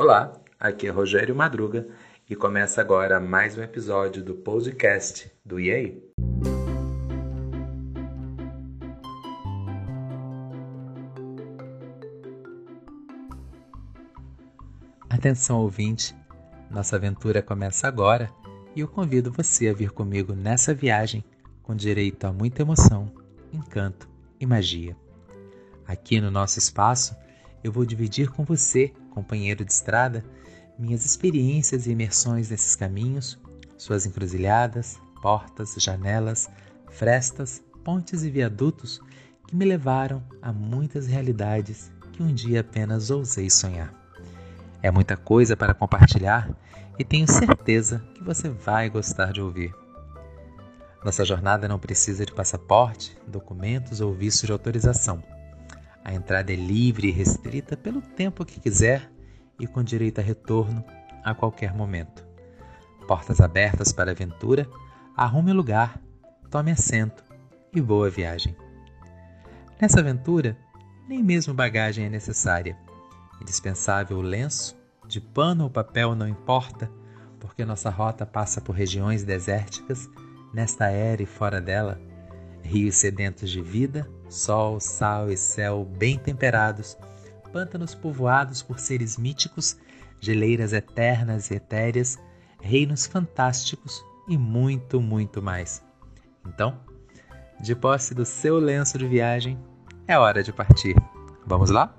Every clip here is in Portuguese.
Olá, aqui é Rogério Madruga e começa agora mais um episódio do podcast do EA. Atenção ouvinte, nossa aventura começa agora e eu convido você a vir comigo nessa viagem com direito a muita emoção, encanto e magia. Aqui no nosso espaço, eu vou dividir com você, companheiro de estrada, minhas experiências e imersões nesses caminhos, suas encruzilhadas, portas, janelas, frestas, pontes e viadutos que me levaram a muitas realidades que um dia apenas ousei sonhar. É muita coisa para compartilhar e tenho certeza que você vai gostar de ouvir. Nossa jornada não precisa de passaporte, documentos ou visto de autorização. A entrada é livre e restrita pelo tempo que quiser e com direito a retorno a qualquer momento. Portas abertas para a aventura, arrume o lugar, tome assento e boa viagem. Nessa aventura, nem mesmo bagagem é necessária. Indispensável o lenço, de pano ou papel não importa, porque nossa rota passa por regiões desérticas, nesta era e fora dela, rios sedentos de vida, sol, sal e céu bem temperados, pântanos povoados por seres míticos, geleiras eternas e etéreas, reinos fantásticos e muito, muito mais. Então, de posse do seu lenço de viagem, é hora de partir. Vamos lá?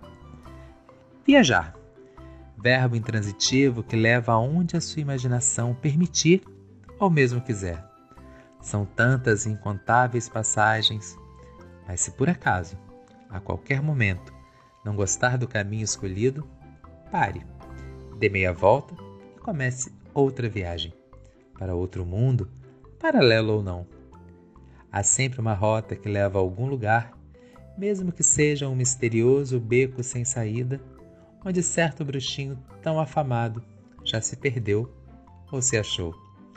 Viajar. Verbo intransitivo que leva aonde a sua imaginação permitir ou mesmo quiser. São tantas e incontáveis passagens, mas se por acaso, a qualquer momento, não gostar do caminho escolhido, pare, dê meia volta e comece outra viagem, para outro mundo, paralelo ou não. Há sempre uma rota que leva a algum lugar, mesmo que seja um misterioso beco sem saída, onde certo bruxinho tão afamado já se perdeu ou se achou.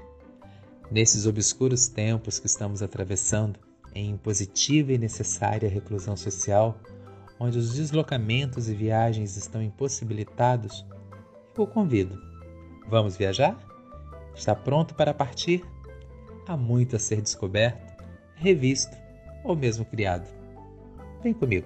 Nesses obscuros tempos que estamos atravessando, em impositiva e necessária reclusão social, onde os deslocamentos e viagens estão impossibilitados, eu o convido. Vamos viajar? Está pronto para partir? Há muito a ser descoberto, revisto ou mesmo criado. Vem comigo.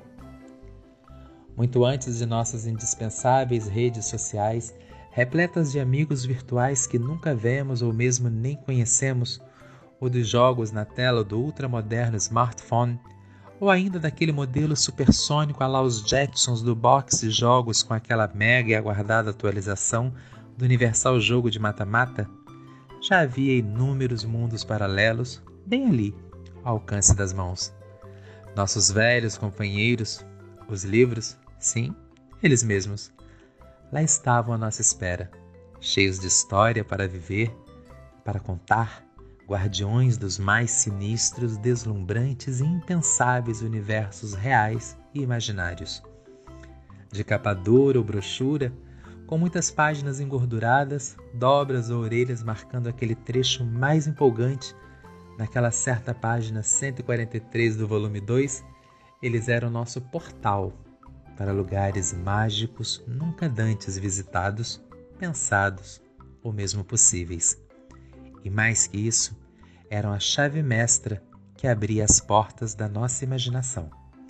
Muito antes de nossas indispensáveis redes sociais, repletas de amigos virtuais que nunca vemos ou mesmo nem conhecemos, ou dos jogos na tela do ultramoderno smartphone, ou ainda daquele modelo supersônico à la os Jetsons do box de jogos com aquela mega e aguardada atualização do universal jogo de mata-mata, já havia inúmeros mundos paralelos bem ali, ao alcance das mãos. Nossos velhos companheiros, os livros, sim, eles mesmos, lá estavam à nossa espera, cheios de história para viver, para contar, guardiões dos mais sinistros, deslumbrantes e impensáveis universos reais e imaginários. De capa dura ou brochura, com muitas páginas engorduradas, dobras ou orelhas marcando aquele trecho mais empolgante, naquela certa página 143 do volume 2, eles eram nosso portal para lugares mágicos nunca dantes visitados, pensados ou mesmo possíveis. E mais que isso, eram a chave mestra que abria as portas da nossa imaginação.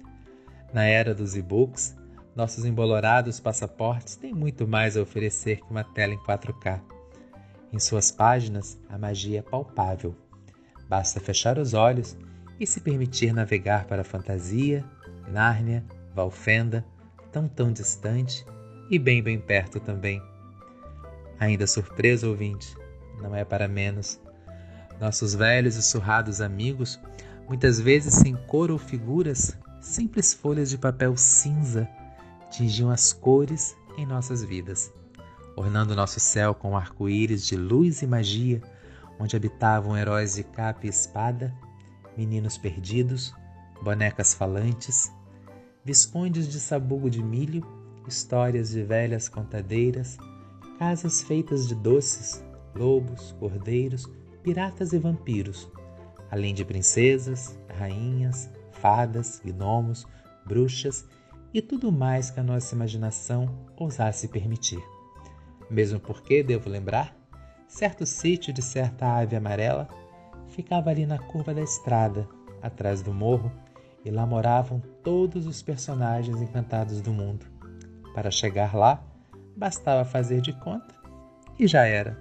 Na era dos e-books, nossos embolorados passaportes têm muito mais a oferecer que uma tela em 4K. Em suas páginas, a magia é palpável. Basta fechar os olhos e se permitir navegar para a fantasia, Nárnia, Valfenda, tão distante e bem perto também. Ainda surpresa, ouvinte, não é para menos. Nossos velhos e surrados amigos, muitas vezes sem cor ou figuras, simples folhas de papel cinza, tingiam as cores em nossas vidas, ornando nosso céu com arco-íris de luz e magia, onde habitavam heróis de capa e espada, meninos perdidos, bonecas falantes, viscondes de sabugo de milho, histórias de velhas contadeiras, casas feitas de doces, lobos, cordeiros, piratas e vampiros, além de princesas, rainhas, fadas, gnomos, bruxas e tudo mais que a nossa imaginação ousasse permitir. Mesmo porque, devo lembrar, certo sítio de certa ave amarela ficava ali na curva da estrada, atrás do morro, e lá moravam todos os personagens encantados do mundo. Para chegar lá, bastava fazer de conta e já era.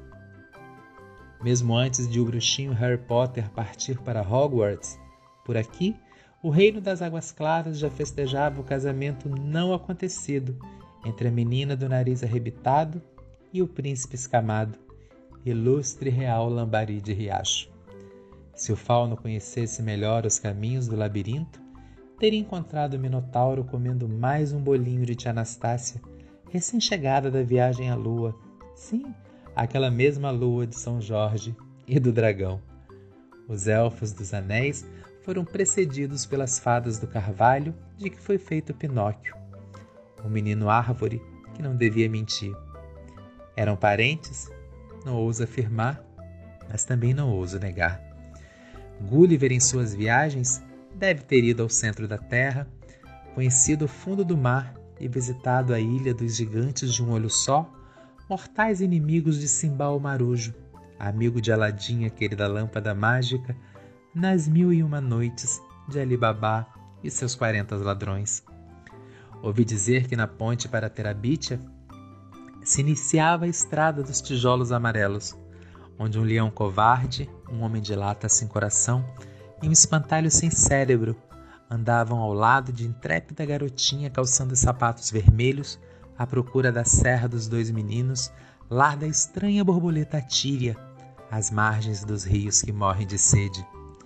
Mesmo antes de o bruxinho Harry Potter partir para Hogwarts, por aqui, o Reino das Águas Claras já festejava o casamento não acontecido entre a menina do nariz arrebitado e o príncipe escamado, ilustre real Lambari de Riacho. Se o fauno conhecesse melhor os caminhos do labirinto, teria encontrado o Minotauro comendo mais um bolinho de tia Anastácia, recém-chegada da viagem à lua. Sim, aquela mesma lua de São Jorge e do dragão. Os elfos dos anéis foram precedidos pelas fadas do carvalho de que foi feito Pinóquio, o menino árvore que não devia mentir. Eram parentes? Não ouso afirmar, mas também não ouso negar. Gulliver, em suas viagens, deve ter ido ao centro da terra, conhecido o fundo do mar e visitado a ilha dos gigantes de um olho só, mortais inimigos de Simbal Marujo, amigo de Aladim, aquele da lâmpada mágica, nas 1001 noites de Ali Babá e seus 40 ladrões. Ouvi dizer que na ponte para Terabitia se iniciava a estrada dos tijolos amarelos, onde um leão covarde, um homem de lata sem coração e um espantalho sem cérebro andavam ao lado de intrépida garotinha calçando sapatos vermelhos à procura da serra dos dois meninos, lar da estranha borboleta tíria, às margens dos rios que morrem de sede.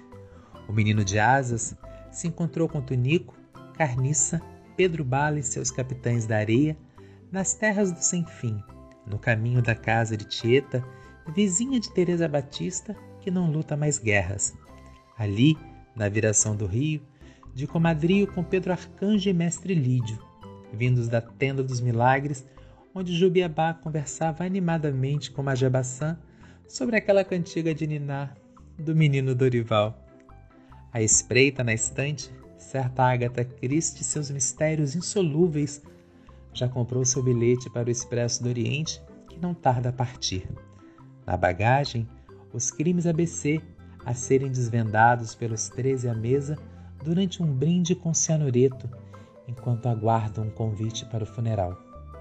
O menino de asas se encontrou com Tunico, Carniça, Pedro Bala e seus capitães da areia nas terras do Sem-Fim, no caminho da casa de Tieta, vizinha de Teresa Batista, que não luta mais guerras. Ali, na viração do rio, de comadrio com Pedro Arcanjo e Mestre Lídio, vindos da Tenda dos Milagres, onde Jubiabá conversava animadamente com Majabaçã sobre aquela cantiga de niná do menino Dorival. À espreita na estante, certa Agatha Christie e seus mistérios insolúveis já comprou seu bilhete para o Expresso do Oriente, que não tarda a partir. Na bagagem, os crimes ABC a serem desvendados pelos 13 à mesa durante um brinde com cianureto, enquanto aguardam um convite para o funeral.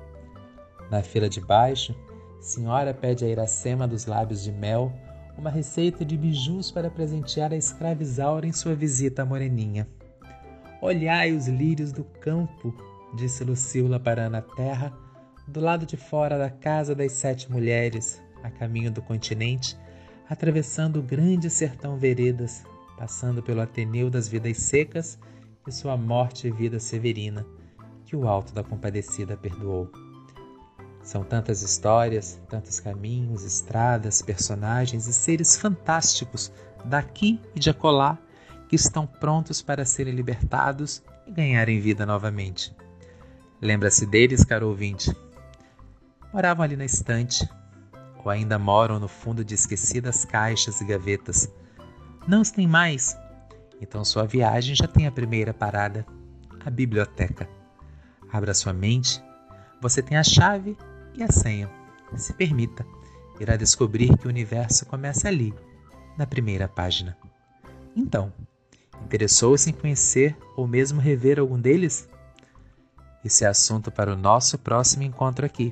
Na fila de baixo, senhora pede a Iracema dos lábios de mel uma receita de bijus para presentear a escrava Isaura em sua visita à Moreninha. Olhai os lírios do campo, disse Lucila para Ana Terra, do lado de fora da casa das 7 mulheres, a caminho do continente, atravessando o grande sertão veredas, passando pelo Ateneu das Vidas Secas e sua morte e vida severina, que o Alto da Compadecida perdoou. São tantas histórias, tantos caminhos, estradas, personagens e seres fantásticos daqui e de acolá que estão prontos para serem libertados e ganharem vida novamente. Lembra-se deles, caro ouvinte? Moravam ali na estante, ou ainda moram no fundo de esquecidas caixas e gavetas. Não os tem mais? Então sua viagem já tem a primeira parada, a biblioteca. Abra sua mente, você tem a chave e a senha. Se permita, irá descobrir que o universo começa ali, na primeira página. Então, interessou-se em conhecer ou mesmo rever algum deles? Esse é assunto para o nosso próximo encontro aqui.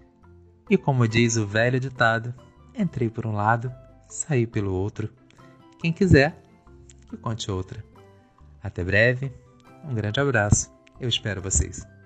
E como diz o velho ditado, entrei por um lado, saí pelo outro. Quem quiser, que conte outra. Até breve, um grande abraço, eu espero vocês.